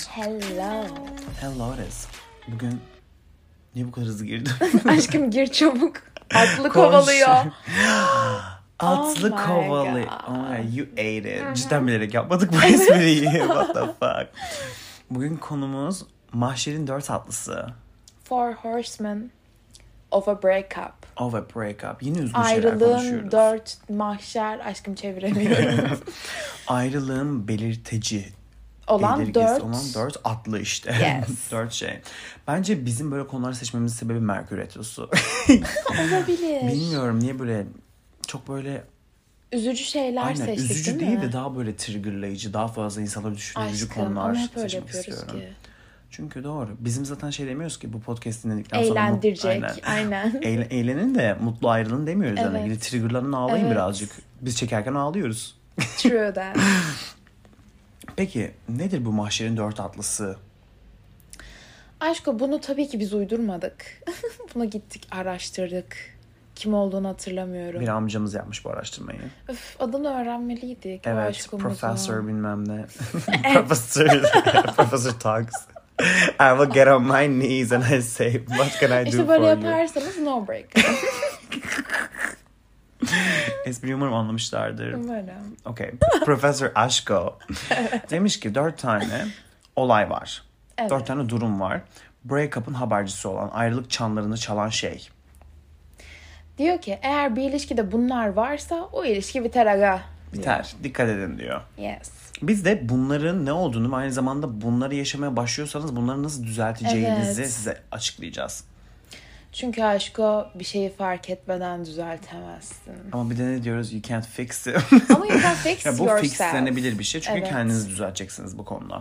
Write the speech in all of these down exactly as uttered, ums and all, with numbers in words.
Hello. Hello Rez. Bugün niye bu kadar hızlı girdim? Aşkım gir çabuk. Atlı kovalıyor. Atlı Oh kovalıyor. God. Oh my God, you ate it. Cidden bilerek yapmadık bu espriyi. What the fuck. Bugün konumuz Mahşer'in dört atlısı. Four horsemen of a breakup. Of a breakup. Yine üzgün şeyler Ayrılığın konuşuyoruz. dört mahşer. Aşkım çeviremiyorum. Ayrılığın belirteci. olan belirgesi dört. olan dört atlı işte. Yes. Dört şey. Bence bizim böyle konuları seçmemizin sebebi Merkür Retrosu. Olabilir. Bilmiyorum niye böyle çok böyle Üzücü şeyler aynen, seçtik üzücü değil değil mi? de daha böyle triggerlayıcı, daha fazla insanları düşündürücü Aşkım konular ama hep öyle seçmek yapıyoruz istiyorum. ki. Çünkü doğru. Bizim zaten şey demiyoruz ki bu podcast dinledikten sonra Eğlendirecek. Aynen. Aynen. Eğlen, eğlenin de mutlu ayrılın demiyoruz. Evet. Yani. Yine triggerlanın ağlayın Evet. birazcık. Biz çekerken ağlıyoruz. True that. Peki nedir bu Mahşer'in dört atlısı? Aşko bunu tabii ki biz uydurmadık. Bunu gittik araştırdık. Kim olduğunu hatırlamıyorum. Bir amcamız yapmış bu araştırmayı. Öf, adını öğrenmeliydik. o Evet. aşkımızın. Professor bilmem ne. Professor. Professor Talks. I will get on my knees and I say, what can I do İşte for böyle you? yaparsanız no break. Espriyi umarım anlamışlardır. Umarım. Okay. Professor Aşko demiş ki dört tane olay var. Evet. Dört tane durum var. Breakup'ın habercisi olan, ayrılık çanlarını çalan şey. Diyor ki eğer bir ilişkide bunlar varsa o ilişki biter aga. Biter. Dikkat edin diyor. Yes. Biz de bunların ne olduğunu ve aynı zamanda bunları yaşamaya başlıyorsanız bunları nasıl düzelteceğinizi Evet. size açıklayacağız. Çünkü aşko bir şeyi fark etmeden düzeltemezsin. Ama bir de ne diyoruz? You can't fix it. Ama you can fix ya bu yourself. fixlenebilir bir şey. Çünkü Evet. kendinizi düzelteceksiniz bu konuda.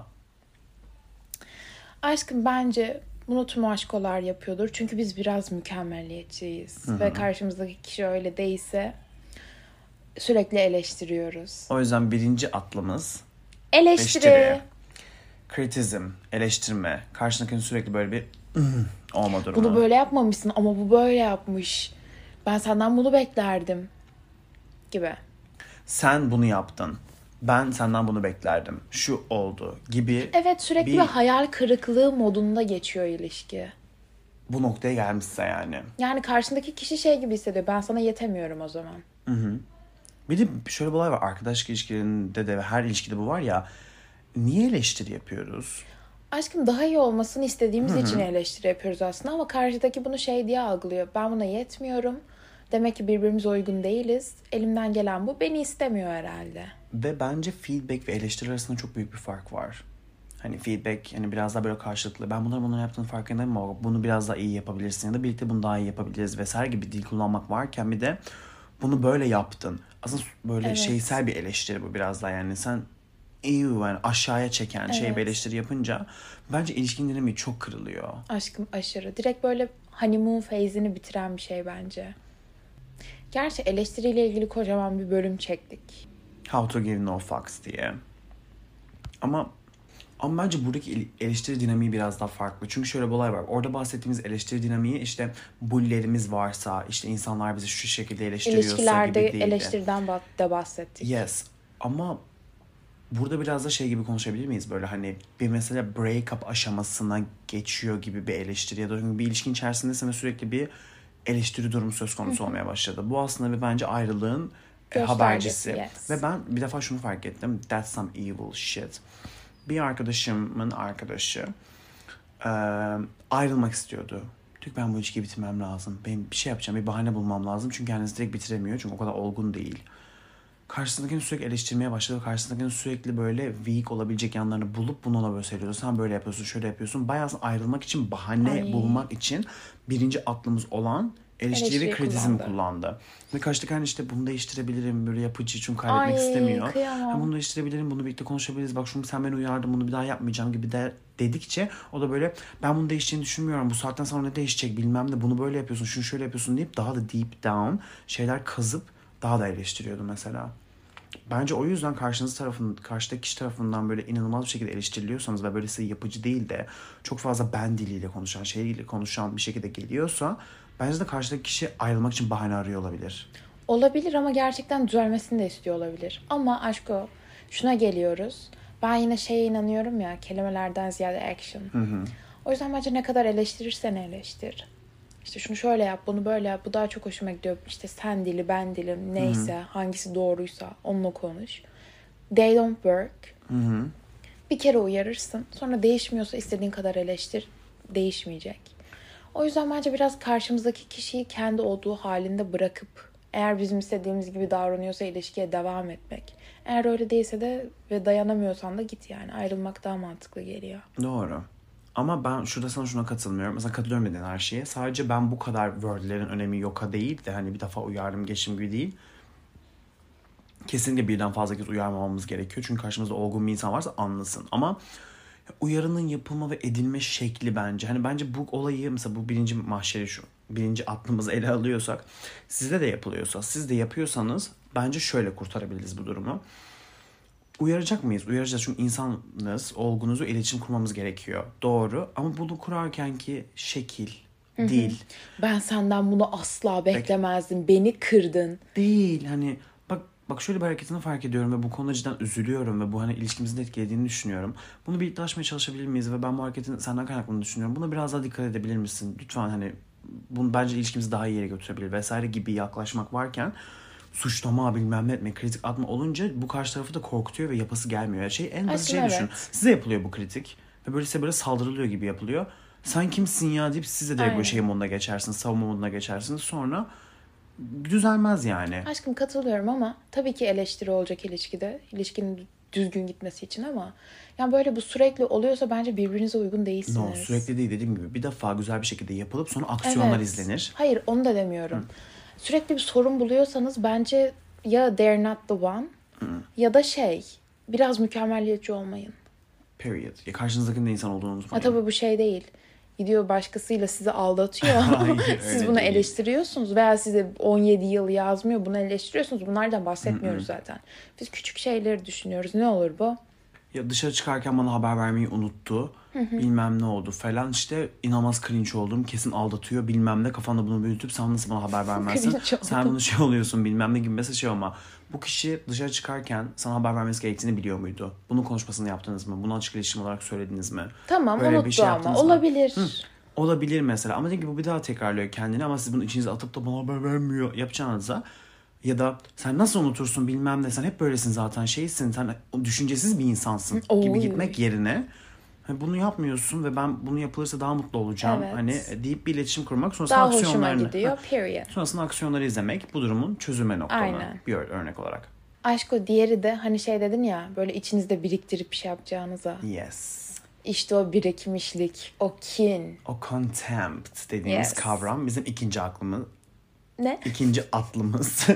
Aşkım bence bunu tüm aşkolar yapıyordur. Çünkü biz biraz mükemmeliyetçiyiz. Hı-hı. Ve karşımızdaki kişi öyle değilse sürekli eleştiriyoruz. O yüzden birinci atlımız Eleştiri. eleştiri. Kritizm, eleştirme. Karşındakinin sürekli böyle bir olma durumu. Bunu böyle yapmamışsın ama bu böyle yapmış. Ben senden bunu beklerdim. Gibi. Sen bunu yaptın. Ben senden bunu beklerdim. Şu oldu gibi. Evet sürekli bir, bir hayal kırıklığı modunda geçiyor ilişki. Bu noktaya gelmişse yani. Yani karşındaki kişi şey gibi hissediyor. Ben sana yetemiyorum o zaman. Hı hı. Bir de şöyle bir olay var. Arkadaşlık ilişkilerinde de ve her ilişkide bu var ya. Niye eleştiri yapıyoruz? Aşkım daha iyi olmasını istediğimiz Hı hı. için eleştiri yapıyoruz aslında. Ama karşıdaki bunu şey diye algılıyor. Ben buna yetmiyorum. Demek ki birbirimize uygun değiliz. Elimden gelen bu. Beni istemiyor herhalde. Ve bence feedback ve eleştiri arasında çok büyük bir fark var. Hani feedback hani biraz daha böyle karşılıklı. Ben bunları bunları yaptığını farkındayım ama bunu biraz daha iyi yapabilirsin ya da birlikte bunu daha iyi yapabiliriz vesaire gibi dil kullanmak varken bir de bunu böyle yaptın. Aslında böyle Evet. şeysel bir eleştiri bu biraz daha yani sen iyi yani aşağıya çeken şey Evet. bir eleştiri yapınca bence ilişkinin dinamiği çok kırılıyor. Aşkım aşırı. Direkt böyle honeymoon phase'ini bitiren bir şey bence. Gerçi eleştiriyle ilgili kocaman bir bölüm çektik. How to give no fucks diye. Ama ama bence buradaki el- eleştiri dinamiği biraz daha farklı. Çünkü şöyle bir olay var. Orada bahsettiğimiz eleştiri dinamiği işte bullerimiz varsa, işte insanlar bizi şu şekilde eleştiriyorsa İlişkilerde gibi değildi. eleştiriden bah- de bahsettik. Yes. Ama burada biraz da şey gibi konuşabilir miyiz? Böyle hani bir mesela breakup aşamasına geçiyor gibi bir eleştiri ya da bir ilişkin içerisindesin ve sürekli bir eleştiri durumu söz konusu olmaya başladı. Bu aslında bir bence ayrılığın e, habercisi. Yes. Ve ben bir defa şunu fark ettim. That's some evil shit. Bir arkadaşımın arkadaşı e, ayrılmak istiyordu. Diyor ki ben bu ilişkiyi bitirmem lazım. Benim bir şey yapacağım, bir bahane bulmam lazım. Çünkü kendisi direkt bitiremiyor. Çünkü o kadar olgun değil. Karşısındakini sürekli eleştirmeye başladı. Karşısındakinin sürekli böyle weak olabilecek yanlarını bulup bunu ona böyle söylüyordu. Sen böyle yapıyorsun, şöyle yapıyorsun. Bayağı ayrılmak için, bahane Ay. bulmak için birinci aklımız olan eleştiri Eleştiri ve kritizm kullandı. kullandı. Ve karşıdaki hani işte bunu değiştirebilirim, böyle yapıcı çünkü kaybetmek Ay, istemiyor. kıyamam. Ha, bunu değiştirebilirim, bunu birlikte konuşabiliriz. Bak şunu sen beni uyardın, bunu bir daha yapmayacağım gibi de dedikçe o da böyle ben bunu değişeceğini düşünmüyorum. Bu saatten sonra ne değişecek bilmem de bunu böyle yapıyorsun, şunu şöyle yapıyorsun deyip daha da deep down şeyler kazıp daha da eleştiriyordu mesela. Bence o yüzden karşınız tarafın, karşıdaki kişi tarafından böyle inanılmaz bir şekilde eleştiriliyorsanız ve böyle size yapıcı değil de çok fazla ben diliyle konuşan, şeyiyle konuşan bir şekilde geliyorsa bence de karşıdaki kişi ayrılmak için bahane arıyor olabilir. Olabilir ama gerçekten düzelmesini de istiyor olabilir. Ama aşko şuna geliyoruz. Ben yine şeye inanıyorum ya, kelimelerden ziyade action. Hı hı. O yüzden bence ne kadar eleştirirsen eleştir. İşte şunu şöyle yap, bunu böyle yap, bu daha çok hoşuma gidiyor. İşte sen dili, ben dilim, neyse, hı hı. hangisi doğruysa onunla konuş. They don't work. Hı hı. Bir kere uyarırsın. Sonra değişmiyorsa istediğin kadar eleştir. Değişmeyecek. O yüzden bence biraz karşımızdaki kişiyi kendi olduğu halinde bırakıp, eğer bizim istediğimiz gibi davranıyorsa ilişkiye devam etmek. Eğer öyle değilse de ve dayanamıyorsan da git yani. Ayrılmak daha mantıklı geliyor. Doğru. Ama ben şurada sana şuna katılmıyorum. Mesela katılıyorum dediğin her şeye. Sadece ben bu kadar wordlerin önemi yoka değil de hani bir defa uyardım geçim gibi değil. Kesinlikle birden fazla kez uyarmamamız gerekiyor. Çünkü karşımızda olgun bir insan varsa anlasın. Ama uyarının yapılma ve edilme şekli bence. Hani bence bu olayı mesela bu birinci mahşeri şu. Birinci aklımızı ele alıyorsak. Size de yapılıyorsa, siz de yapıyorsanız bence şöyle kurtarabiliriz bu durumu. Uyaracak mıyız? Uyaracağız çünkü insanız, olgunuzu iletişim kurmamız gerekiyor. Doğru ama bunu kurarken ki şekil, Hı-hı. değil. Ben senden bunu asla beklemezdim. Bek- Beni kırdın. Değil hani bak bak şöyle bir hareketini fark ediyorum ve bu konuda cidden üzülüyorum ve bu hani ilişkimizin etkilediğini düşünüyorum. Bunu birlikte aşmaya çalışabilir miyiz ve ben bu hareketin senden kaynaklandığını düşünüyorum. Buna biraz daha dikkat edebilir misin? Lütfen hani bunu bence ilişkimizi daha iyi yere götürebilir vesaire gibi yaklaşmak varken suçlama bilmem ne etme, kritik atma olunca bu karşı tarafı da korkutuyor ve yapası gelmiyor. Yani şey en basit şey evet. düşün. Size yapılıyor bu kritik ve böyle size böyle saldırılıyor gibi yapılıyor. Sen kimsin ya deyip siz de direkt Aynen. böyle şey moduna geçersiniz, savunma moduna geçersiniz. Sonra düzelmez yani. Aşkım katılıyorum ama tabii ki eleştiri olacak ilişkide. İlişkinin düzgün gitmesi için ama yani böyle bu sürekli oluyorsa bence birbirinize uygun değilsiniz. No, sürekli değil dediğim gibi. Bir defa güzel bir şekilde yapılıp sonra aksiyonlar evet. izlenir. Hayır onu da demiyorum. Hı. Sürekli bir sorun buluyorsanız bence ya they're not the one Hı. ya da şey biraz mükemmeliyetçi olmayın. Period. Ya karşınızdakinin de insan olduğunu unutmayın. Ha tabii bu şey değil. Gidiyor başkasıyla sizi aldatıyor. Hayır, siz bunu değil. Eleştiriyorsunuz veya size on yedi yıl yazmıyor. Bunu eleştiriyorsunuz. Bunlardan bahsetmiyoruz Hı-hı. zaten. Biz küçük şeyleri düşünüyoruz. Ne olur bu? Ya dışarı çıkarken bana haber vermeyi unuttu. Hı-hı. Bilmem ne oldu falan. İşte inanılmaz cringe oldum. Kesin aldatıyor bilmem ne. Kafanda bunu büyütüp sen nasıl bana haber vermezsin? Sen bunu şey oluyorsun bilmem ne gibi mesela şey olma. Bu kişi dışarı çıkarken sana haber vermesi gerektiğini biliyor muydu? Bunun konuşmasını yaptınız mı? Bunu açık iletişim olarak söylediniz mi? Tamam böyle unuttu şey ama olabilir. Hı. Olabilir mesela ama dediğim gibi bu bir daha tekrarlıyor kendini ama siz bunu içinize atıp da bana haber vermiyor yapacağınıza ya da sen nasıl unutursun bilmem ne sen hep böylesin zaten şeysin sen düşüncesiz bir insansın Oy. gibi gitmek yerine bunu yapmıyorsun ve ben bunu yapılırsa daha mutlu olacağım evet. hani deyip bir iletişim kurmak sonrasında daha aksiyonlarını gidiyor, period. sonrasında aksiyonları izlemek bu durumun çözülme noktalarına bir örnek olarak. Aşko diğeri de hani şey dedin ya böyle içinizde biriktirip bir şey yapacağınıza. Yes. İşte o birikmişlik, o kin. O contempt dediğimiz yes. kavram bizim ikinci aklımız. Ne? İkinci atlımız.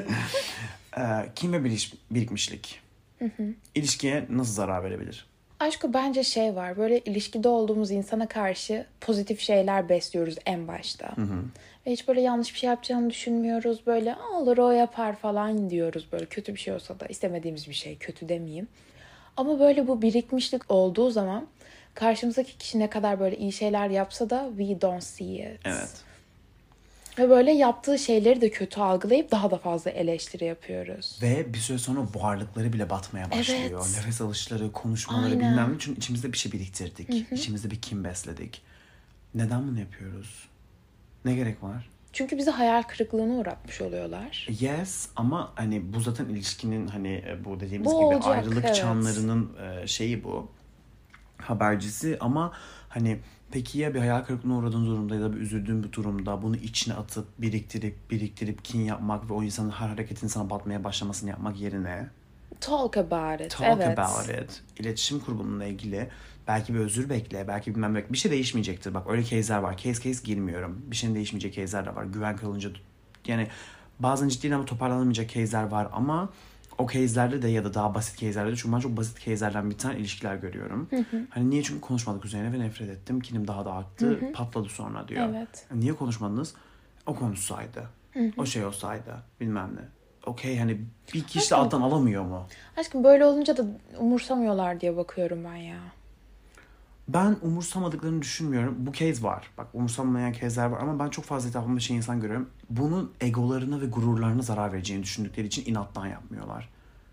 Kin ve birikmişlik. Hı hı. İlişkiye nasıl zarar verebilir? Aşkı bence şey var. Böyle ilişkide olduğumuz insana karşı pozitif şeyler besliyoruz en başta. Hı hı. Ve hiç böyle yanlış bir şey yapacağını düşünmüyoruz. Böyle olur o yapar falan diyoruz. Böyle kötü bir şey olsa da istemediğimiz bir şey. Kötü demeyeyim. Ama böyle bu birikmişlik olduğu zaman karşımızdaki kişi ne kadar böyle iyi şeyler yapsa da we don't see it. Evet. Ve böyle yaptığı şeyleri de kötü algılayıp daha da fazla eleştiri yapıyoruz. Ve bir süre sonra varlıkları bile batmaya başlıyor. Evet. Nefes alışları, konuşmaları Aynen. bilmem ne. Çünkü içimizde bir şey biriktirdik. Hı-hı. İçimizde bir kin besledik. Neden bunu yapıyoruz? Ne gerek var? Çünkü bizi hayal kırıklığına uğratmış oluyorlar. Yes ama hani bu zaten ilişkinin hani bu dediğimiz bu gibi olacak, ayrılık evet. çanlarının şeyi bu. Habercisi ama hani peki ya bir hayal kırıklığına uğradığın durumda ya da bir üzüldüğün bir durumda bunu içine atıp biriktirip biriktirip kin yapmak ve o insanın her hareketinin sana batmaya başlamasını yapmak yerine talk about it. Talk evet. about it. İletişim kur bununla ilgili. Belki bir özür bekle. Belki bilmem ne. Bir şey değişmeyecektir. Bak öyle case'ler var. Case case girmiyorum. Bir şeyin değişmeyecek case'ler de var. Güven kırılınca yani bazen ciddi ama toparlanamayacak case'ler var ama o case'lerde de ya da daha basit case'lerde de çünkü ben çok basit case'lerden bir tane ilişkiler görüyorum. Hı hı. Hani niye? Çünkü konuşmadık üzerine ve nefret ettim. Kinim daha da arttı. Hı hı. Patladı sonra diyor. Evet. Niye konuşmadınız? O konuşsaydı. Hı hı. O şey olsaydı. Bilmem ne. Okey hani bir kişi de alttan alamıyor mu? Aşkım böyle olunca da umursamıyorlar diye bakıyorum ben ya. Ben umursamadıklarını düşünmüyorum. Bu case var. Bak umursamamayan case'ler var ama ben çok fazla etrafımda şey insan görüyorum. Bunun egolarına ve gururlarına zarar vereceğini düşündükleri için inattan yapmıyorlar.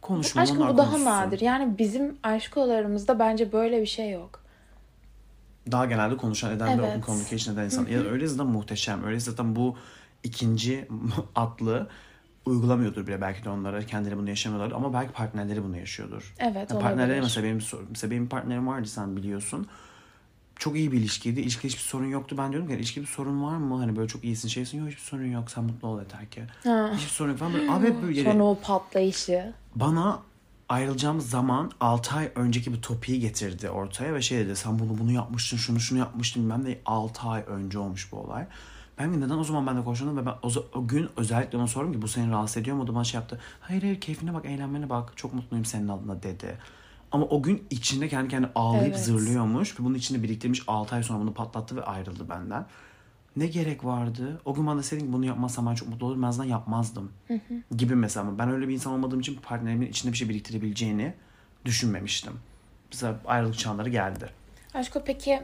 Konuşmalı, Aşkım onlar bu daha konuşsun. nadir. Yani bizim aşkolarımızda bence böyle bir şey yok. Daha genelde konuşan, eden Evet. ve open communication eden insan. Ya öyle zaten muhteşem. Öyle zaten bu ikinci aklı uygulamıyordur bile belki de onlara. Kendileri bunu yaşamıyorlar ama belki partnerleri bunu yaşıyordur. Evet, yani partnerleri olabilir. mesela benim, mesela benim partnerim vardı, sen biliyorsun. Çok iyi bir ilişkiydi. İlişkide hiçbir sorun yoktu. Ben diyorum ki ilişkide bir sorun var mı? Hani böyle çok iyisin, şeysin. Yok, hiçbir sorun yok. Sen mutlu ol yeter ki. Ha. Hiçbir sorun yok falan. Böyle, abi hep böyle Sonra o patlayışı. bana ayrılacağımız zaman altı ay önceki bir topiği getirdi ortaya ve şey dedi, sen bunu bunu yapmıştın, şunu şunu yapmıştın, bilmem de altı ay önce olmuş bu olay. Ben de neden o zaman ben de konuştum ve ben o, o gün özellikle ona sordum ki bu seni rahatsız ediyor mu? O da bana şey yaptı. Hayır hayır, keyfine bak, eğlenmene bak, çok mutluyum senin adına dedi. Ama o gün içinde kendi kendine ağlayıp Evet. zırlıyormuş ve bunun içinde biriktirmiş, altı ay sonra bunu patlattı ve ayrıldı benden. Ne gerek vardı? O gün bana deseydin ki bunu yapmazsam ben çok mutlu olurum. Ben zaten yapmazdım. Hı hı. Gibi mesela. Ama ben öyle bir insan olmadığım için partnerimin içinde bir şey biriktirebileceğini düşünmemiştim. Mesela ayrılık çağları geldi. Aşko peki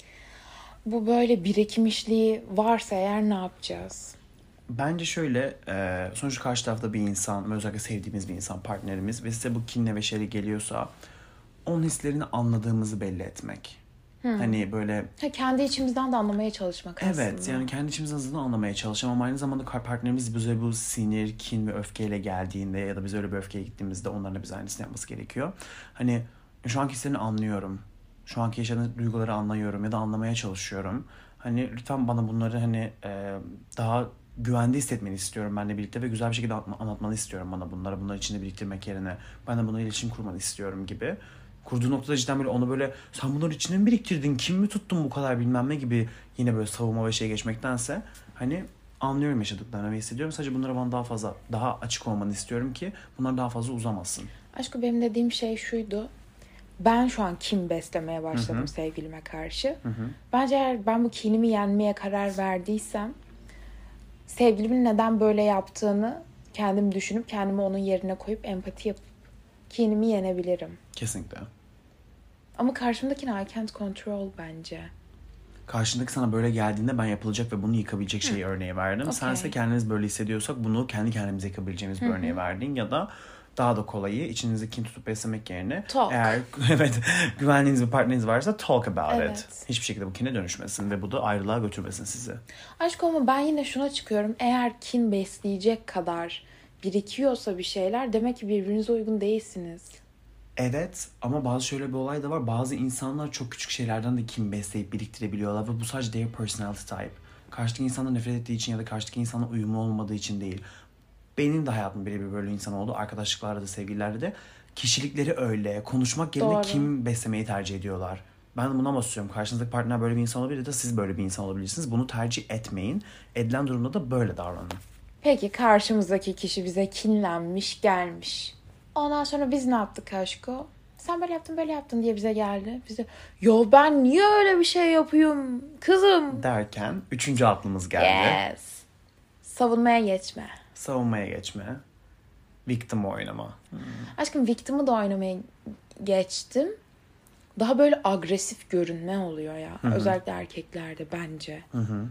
bu böyle birikim işliği varsa eğer ne yapacağız? Bence şöyle, e, sonuçta karşı tarafta bir insan, özellikle sevdiğimiz bir insan, partnerimiz ve size bu kinle ve şeyle geliyorsa onun hislerini anladığımızı belli etmek. Hmm. Hani böyle... Ha, kendi içimizden de anlamaya çalışmak evet, aslında. Evet, yani kendi içimizden anlamaya çalışalım ama aynı zamanda partnerimiz bize bu sinir, kin ve öfkeyle geldiğinde ya da biz öyle bir öfkeye gittiğimizde onların da bize aynısını yapması gerekiyor. Hani şu anki hislerini anlıyorum. Şu anki yaşadığın duyguları anlıyorum ya da anlamaya çalışıyorum. Hani lütfen bana bunları hani e, daha güvende hissetmeni istiyorum benimle birlikte ve güzel bir şekilde anlatmanı istiyorum bana bunları. Bunları içinde biriktirmek yerine ben de buna iletişim kurmanı istiyorum gibi. Kurduğu noktada cidden böyle onu böyle sen bunları içine mi biriktirdin, kim mi tuttun bu kadar bilmem ne gibi yine böyle savunma ve şey geçmektense hani anlıyorum yaşadıklarını ve hissediyorum. Sadece bunlara bana daha fazla, daha açık olmanı istiyorum ki bunlar daha fazla uzamasın. Aşkım benim dediğim şey şuydu. Ben şu an kin beslemeye başladım Hı-hı. sevgilime karşı. Hı-hı. Bence eğer ben bu kinimi yenmeye karar verdiysem sevgilimin neden böyle yaptığını kendim düşünüp kendimi onun yerine koyup empati yapıp kinimi yenebilirim. Kesinlikle. Ama karşımdakini I can't control bence. Karşındaki sana böyle geldiğinde ben yapılacak ve bunu yıkabilecek şeyi Hı. örneği verdim. Okay. Sen ise kendiniz böyle hissediyorsak bunu kendi kendimize yıkabileceğimiz bir Hı-hı. örneği verdin ya da daha da kolayı içinizi kin tutup beslemek yerine talk. Eğer evet güvendiğiniz bir partneriniz varsa talk about evet. it. Hiçbir şekilde bu kine dönüşmesin ve bu da ayrılığa götürmesin sizi. Aşk ama ben yine şuna çıkıyorum. Eğer kin besleyecek kadar birikiyorsa bir şeyler demek ki birbirinize uygun değilsiniz. Evet ama bazı şöyle bir olay da var. Bazı insanlar çok küçük şeylerden de kin besleyip biriktirebiliyorlar ve bu sadece their personality type. Karşıdaki insanla nefret ettiği için ya da karşıdaki insanla uyumlu olmadığı için değil. Benim de hayatımda birebir böyle insan oldu. Arkadaşlıklarda da, sevgililerde de. Kişilikleri öyle. Konuşmak yerine Doğru. kim beslemeyi tercih ediyorlar. Ben de buna basıyorum. Karşınızdaki partner böyle bir insan olabilir ya da siz böyle bir insan olabilirsiniz. Bunu tercih etmeyin. Edilen durumda da böyle davranın. Peki karşımızdaki kişi bize kinlenmiş, gelmiş. Ondan sonra biz ne yaptık aşko? Sen böyle yaptın, böyle yaptın diye bize geldi. Bize, yo ben niye öyle bir şey yapıyorum kızım? Derken üçüncü aklımız geldi. Yes. Savunmaya geçme. Savunmaya geçme. Victim oynama. Hmm. Aşkım victim'ı da oynamaya geçtim. Daha böyle agresif görünme oluyor ya. Hı-hı. Özellikle erkeklerde bence. Hı-hı.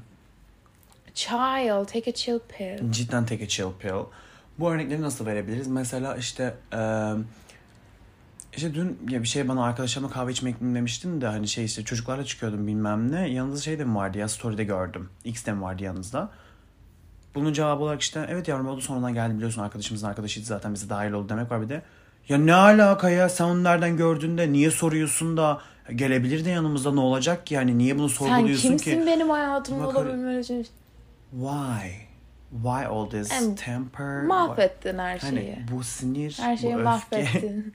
Child, take a chill pill. Cidden take a chill pill. Bu örnekleri nasıl verebiliriz? Mesela işte e, işte dün ya bir şey bana arkadaşlarımla kahve içmek demiştim de hani şey işte çocuklarla çıkıyordum bilmem ne. Yanınızda şey de mi vardı ya, story'de gördüm. X'de mi vardı yanınızda? Bunun cevabı olarak işte evet yavrum oldu sonradan geldi biliyorsun arkadaşımızın arkadaşıydı zaten bize dahil oldu demek var bir de. Ya ne alaka ya sen onu nereden gördün de niye soruyorsun da gelebilir de yanımızda ne olacak ki yani niye bunu sorguluyorsun ki? Sen kimsin ki? Benim hayatımda olabilmeli için? Why? Why all this yani, temper? Mahvettin her şeyi. Hani bu sinir, her şeyi bu mahvettin.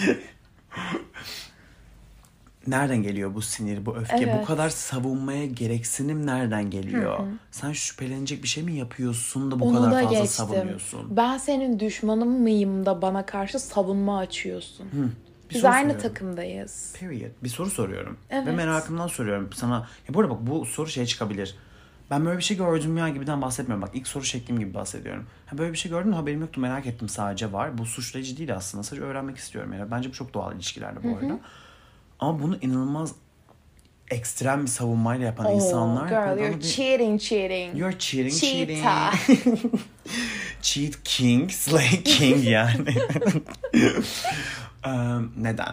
Nereden geliyor bu sinir, bu öfke? Evet. Bu kadar savunmaya gereksinim nereden geliyor? Hı hı. Sen şüphelenecek bir şey mi yapıyorsun da bu Onu kadar da fazla geçtim. savunuyorsun? Ben senin düşmanın mıyım da bana karşı savunma açıyorsun. Hı. Biz aynı soruyorum. takımdayız. Period. Bir soru soruyorum. Evet. Ve merakımdan soruyorum sana. Ya bu arada bak bu soru şey çıkabilir. Ben böyle bir şey gördüm ya gibiden bahsetmiyorum. Bak ilk soru şeklim gibi bahsediyorum. Ha böyle bir şey gördüm haberim yoktu merak ettim sadece var. Bu suçlayıcı değil aslında. Sadece öğrenmek istiyorum. Yani bence bu çok doğal ilişkilerde bu Hı-hı. arada. Ama bunu inanılmaz ekstrem bir savunmayla yapan oh, insanlar. Girl, you're bir... cheating, cheating. You're cheating, Cheetah. cheating. Cheat king, slay king yani. um, neden?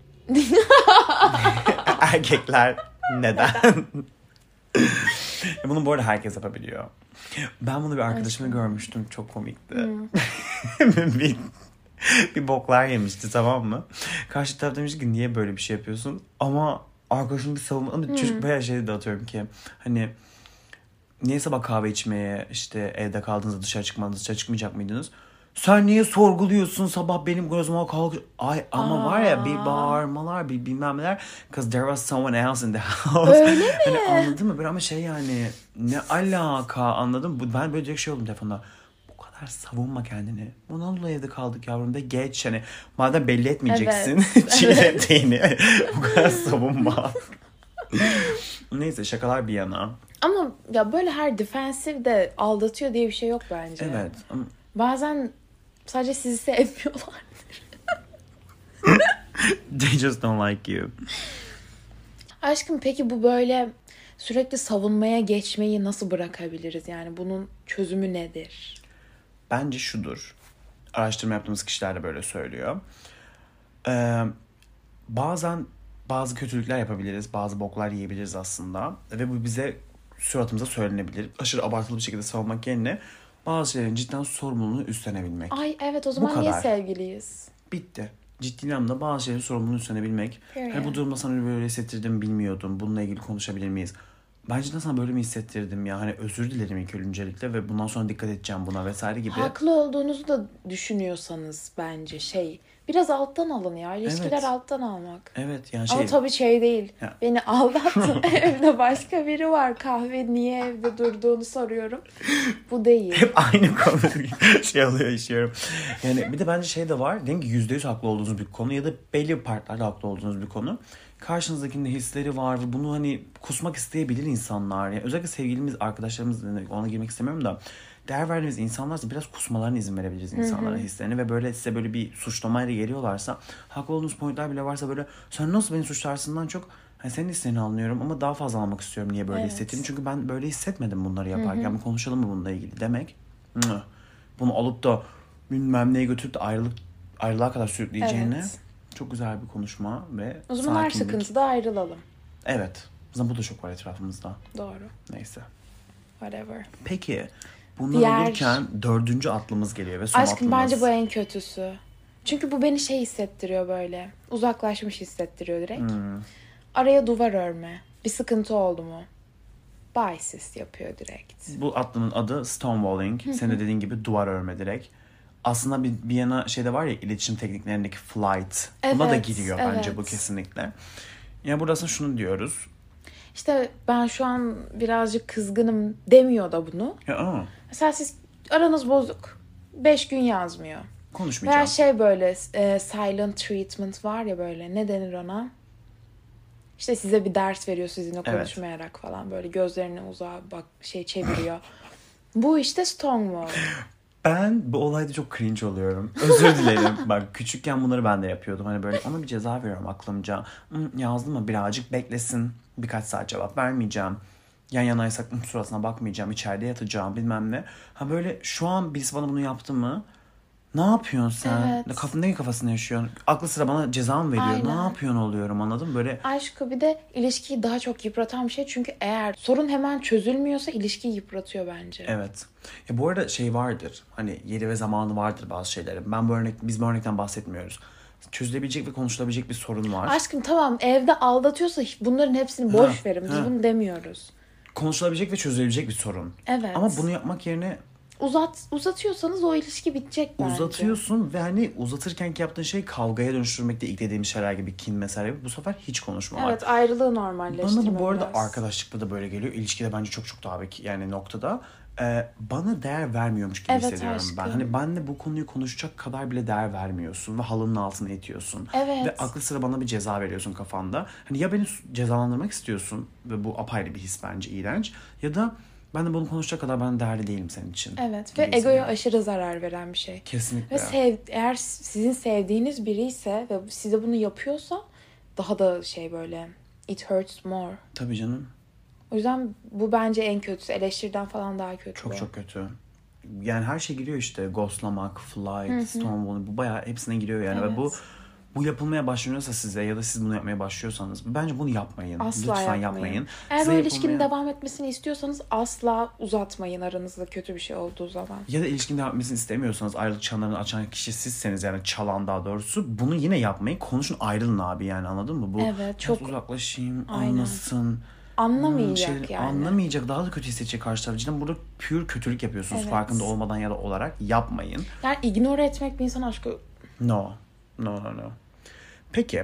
Erkekler neden? Bunu bu arada herkes yapabiliyor. Ben bunu bir arkadaşımla görmüştüm. Çok komikti. Hmm. bir, bir boklar yemişti, tamam mı? Karşı taraf demiş ki niye böyle bir şey yapıyorsun? Ama arkadaşım bir savunma... Ama hmm. çocuk bayağı şey de atıyorum ki. Hani niye sabah kahve içmeye işte evde kaldığınızda dışarı çıkmadınız, dışarı çıkmayacak mıydınız? Sen niye sorguluyorsun sabah benim gözüme kalk... Ay ama Aa. var ya bir bağırmalar, bir bilmem neler. Because there was someone else in the house. Öyle mi? Hani anladın mı? Böyle ama şey yani ne alaka, anladın mı? Ben böyle direkt şey oldum telefonda. Bu kadar savunma kendini. Bundan dolayı evde kaldık yavrum da geç. Hani madem belli etmeyeceksin evet. çiğnettiğini. Bu kadar savunma. Neyse şakalar bir yana. Ama ya böyle her defensive de aldatıyor diye bir şey yok bence. Evet. Bazen sadece sizi sevmiyorlar. They just don't like you. Aşkım peki bu böyle sürekli savunmaya geçmeyi nasıl bırakabiliriz? Yani bunun çözümü nedir? Bence şudur. Araştırma yaptığımız kişiler de böyle söylüyor. Ee, bazen bazı kötülükler yapabiliriz. Bazı boklar yiyebiliriz aslında. Ve bu bize suratımıza söylenebilir. Aşırı abartılı bir şekilde savunmak yerine bazı şeylerin cidden sorumluluğunu üstlenebilmek. Ay evet, o zaman niye sevgiliyiz? Bitti. Ciddi anlamda bazı şeylerin sorumluluğunu üstlenebilmek. Hani bu durumda sana böyle hissettirdim bilmiyordum. Bununla ilgili konuşabilir miyiz? Ben cidden sana böyle mi hissettirdim ya? Hani özür dilerim ilk öncelikle ve bundan sonra dikkat edeceğim buna vesaire gibi. Haklı olduğunuzu da düşünüyorsanız bence şey... Biraz alttan alın ya. İlişkiler evet. alttan almak. Evet yani şey. Ama tabii şey değil. Ya. Beni aldattın. Evde başka biri var. Kahve niye evde durduğunu soruyorum. Bu değil. Hep aynı konu şey oluyor, işiyorum. Yani bir de bence şey de var. Diyelim ki yüzde yüz haklı olduğunuz bir konu ya da belli bir partlarda haklı olduğunuz bir konu. Karşınızdakinin de hisleri var ve bunu hani kusmak isteyebilir insanlar. Yani özellikle sevgilimiz, arkadaşlarımız, ona girmek istemiyorum da. Değer verdiğimiz insanlarsa biraz kusmalarına izin verebiliriz insanlara hislerini ve böyle size böyle bir suçlamayla geliyorlarsa, haklı olduğunuz pointler bile varsa böyle sen nasıl beni suçlarsından çok hani senin hislerini anlıyorum ama daha fazla almak istiyorum niye böyle evet. hissettiğini. Çünkü ben böyle hissetmedim bunları yaparken. Bir konuşalım mı bununla ilgili demek. Bunu alıp da bilmem neye götürüp de ayrılık, ayrılığa kadar sürükleyeceğine evet. çok güzel bir konuşma ve o zaman sakinlik. Her sıkıntıda ayrılalım. Evet. Zaten bu da çok var etrafımızda. Doğru. Neyse. Whatever. Peki. Bunlar Diğer... olurken dördüncü atlımız geliyor ve son Aşkım atlımız. bence bu en kötüsü. Çünkü bu beni şey hissettiriyor böyle. Uzaklaşmış hissettiriyor direkt. Hmm. Araya duvar örme. Bir sıkıntı oldu mu? Bye sis yapıyor direkt. Bu atlının adı stonewalling. Senin de dediğin gibi duvar örme direkt. Aslında bir, bir yana şeyde var ya, iletişim tekniklerindeki flight. Evet, buna da giriyor evet. bence bu kesinlikle. Yani burada aslında şunu diyoruz. İşte ben şu an birazcık kızgınım demiyor da bunu. Ya, mesela siz aranız bozuk. Beş gün yazmıyor. Konuşmayacağım. Veya şey böyle e, silent treatment var ya böyle. Ne denir ona? İşte size bir ders veriyor sizinle konuşmayarak evet. falan. Böyle gözlerini uzağa bak şey çeviriyor. Bu işte Stonewall. Ben bu olayda çok cringe oluyorum. Özür dilerim. Bak küçükken bunları ben de yapıyordum. Hani böyle ona bir ceza veriyorum aklımca. Yazdım mı birazcık beklesin. Birkaç saat cevap vermeyeceğim. Yan yanaysak suratına bakmayacağım. İçeride yatacağım bilmem ne. Ha böyle şu an birisi bana bunu yaptı mı? Ne yapıyorsun sen? Evet. Kafın ne kafasında yaşıyorsun? Aklı sıra bana ceza mı veriyor? Aynen. Ne yapıyorsun oluyorum, anladın mı? Böyle... Aşkı bir de ilişkiyi daha çok yıpratan bir şey. Çünkü eğer sorun hemen çözülmüyorsa ilişkiyi yıpratıyor bence. Evet. Ya bu arada şey vardır. Hani yeri ve zamanı vardır bazı şeylerin. Ben bu örnek, biz bu örnekten bahsetmiyoruz. Çözülebilecek ve konuşulabilecek bir sorun var. Aşkım tamam, evde aldatıyorsa bunların hepsini boş ha, verin. Biz ha. bunu demiyoruz. Konuşulabilecek ve çözülebilecek bir sorun. Evet. Ama bunu yapmak yerine Uzat, uzatıyorsanız o ilişki bitecek bence. Uzatıyorsun ve hani uzatırken ki yaptığın şey kavgaya dönüştürmekte ilk dediğim şeyler gibi, kin mesela gibi. Bu sefer hiç konuşma var. Evet, ayrılığı normalleştirme. Bana bu, bu arada biraz. Arkadaşlıkta da böyle geliyor. İlişkide bence çok çok daha bir yani noktada. Ee, bana değer vermiyormuş gibi evet, hissediyorum aşkım. Ben. Hani benle bu konuyu konuşacak kadar bile değer vermiyorsun ve halının altına itiyorsun. Evet. Ve aklı sıra bana bir ceza veriyorsun kafanda. Hani ya beni cezalandırmak istiyorsun ve bu apayrı bir his bence, iğrenç. Ya da ben de bunu konuşacak kadar ben değerli değilim senin için. Evet ve egoya aşırı zarar veren bir şey. Kesinlikle. Ve sev, eğer sizin sevdiğiniz biri ise ve size bunu yapıyorsa daha da şey böyle it hurts more. Tabii canım. O yüzden bu bence en kötüsü. Eleştiriden falan daha kötü. Çok bu. çok kötü. yani her şey giriyor işte. Ghostlamak, flight, stonewalling, bu bayağı hepsine giriyor yani. Evet. Ve bu bu yapılmaya başlanıyorsa size ya da siz bunu yapmaya başlıyorsanız bence bunu yapmayın. Asla Lütfen yapmayın. yapmayın. Eğer Size o ilişkinin yapılmaya... devam etmesini istiyorsanız asla uzatmayın aranızda kötü bir şey olduğu zaman. Ya da ilişkinin devam etmesini istemiyorsanız, ayrılık çanlarını açan kişi sizseniz, yani çalan daha doğrusu, bunu yine yapmayın. Konuşun, ayrılın abi, yani anladın mı? Bu evet, çok uzaklaşayım, aynen. anlasın. Anlamayacak Hmm, şey, yani. Anlamayacak, daha da kötü hissedecek karşı taraf. Cidden burada pure kötülük yapıyorsunuz. Evet. Farkında olmadan ya da olarak yapmayın. Yani ignore etmek bir insan aşkı. No. No no no. Peki.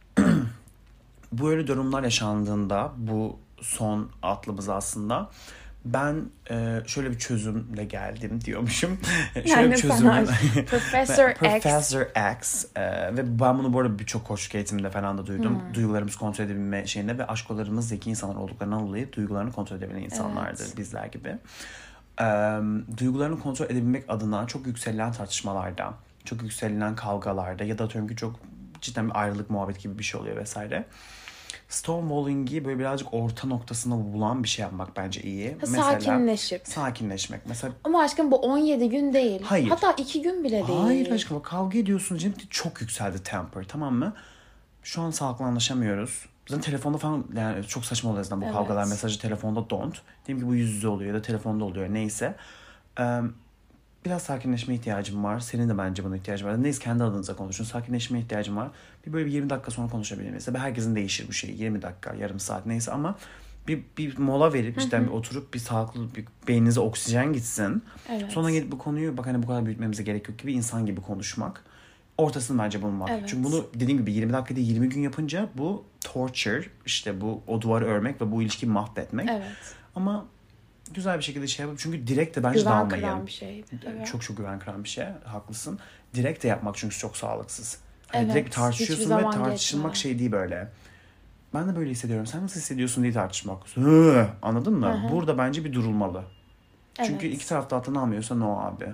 Böyle durumlar yaşandığında, bu son atlımız aslında, ben e, şöyle bir çözümle geldim diyormuşum. şöyle Yani bir çözümle. Professor X. Professor X. E, ve ben bunu bu arada birçok koçluk eğitiminde falan da duydum. Hmm. Duygularımızı kontrol edebilme şeyinde ve aşkolarımız zeki insanlar olduklarından dolayı duygularını kontrol edebilen insanlardır, evet. bizler gibi. E, duygularını kontrol edebilmek adına çok yükselen tartışmalarda, çok yükselen kavgalarda ya da atıyorum ki çok cidden bir ayrılık muhabbet gibi bir şey oluyor vesaire. Stonewalling'i böyle birazcık orta noktasında bulan bir şey yapmak bence iyi. Ha, mesela, sakinleşip. Sakinleşmek. Mesela, ama aşkım bu on yedi gün değil. Hayır. Hatta iki gün bile değil. Hayır aşkım, kavga ediyorsunuz. Cem çok yükseldi temper, tamam mı? Şu an sağlıklı anlaşamıyoruz. Zaten telefonda falan yani çok saçma oluyor zaten bu evet. kavgalar. Mesajı telefonda don't. Diyelim ki bu yüz yüze oluyor ya da telefonda oluyor, neyse. Ee, biraz sakinleşme ihtiyacım var. Senin de bence buna ihtiyacın var. Neyse, kendi adınıza konuşun. Sakinleşme ihtiyacım var. Bir böyle bir yirmi dakika sonra konuşabilir miyiz? Herkesin değişir bu şey. yirmi dakika, yarım saat neyse ama bir, bir mola verip işte bir oturup bir sağlıklı, bir beyninize oksijen gitsin. Evet. Sonra gelip bu konuyu bak hani bu kadar büyütmemize gerek yok gibi insan gibi konuşmak. Ortasını bence bulmak. Evet. Çünkü bunu dediğim gibi yirmi dakika değil yirmi gün yapınca bu torture, işte bu o duvarı örmek ve bu ilişkiyi mahvetmek. Evet. Ama güzel bir şekilde şey yapıp, çünkü direkt de bence güven dalmayın. kıran bir şey. Evet. Çok çok güven kıran bir şey. Haklısın. Direkt de yapmak çünkü çok sağlıksız. Hani evet. direkt tartışıyorsun Hiçbir ve zaman tartışılmak geçme. şey değil böyle. Ben de böyle hissediyorum. Sen nasıl hissediyorsun diye tartışmak. Hı, anladın mı? Hı hı. Burada bence bir durulmalı. Evet. Çünkü iki tarafta alttan almıyorsa no abi.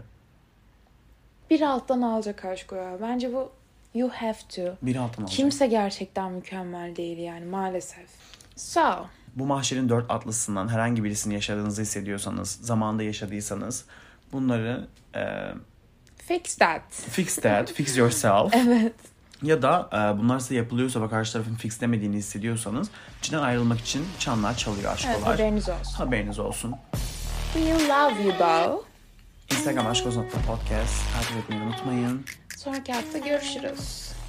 Bir alttan alacak aşk o ya. Bence bu you have to. Biri alttan alacak. Kimse gerçekten mükemmel değil yani maalesef. So. Bu mahşerin dört atlısından herhangi birisini yaşadığınızı hissediyorsanız, zamanında yaşadıysanız bunları e, Fix that. fix that, fix yourself. Evet. Ya da e, bunlar size yapılıyorsa ve karşı tarafın fixlemediğini hissediyorsanız içinden ayrılmak için çanlar çalıyor, aşkolar. Evet, haberiniz olsun. Haberiniz olsun. We love you Bo. Instagram aşkoznotta podcast. Takip etmeyi unutmayın. Sonraki hafta görüşürüz.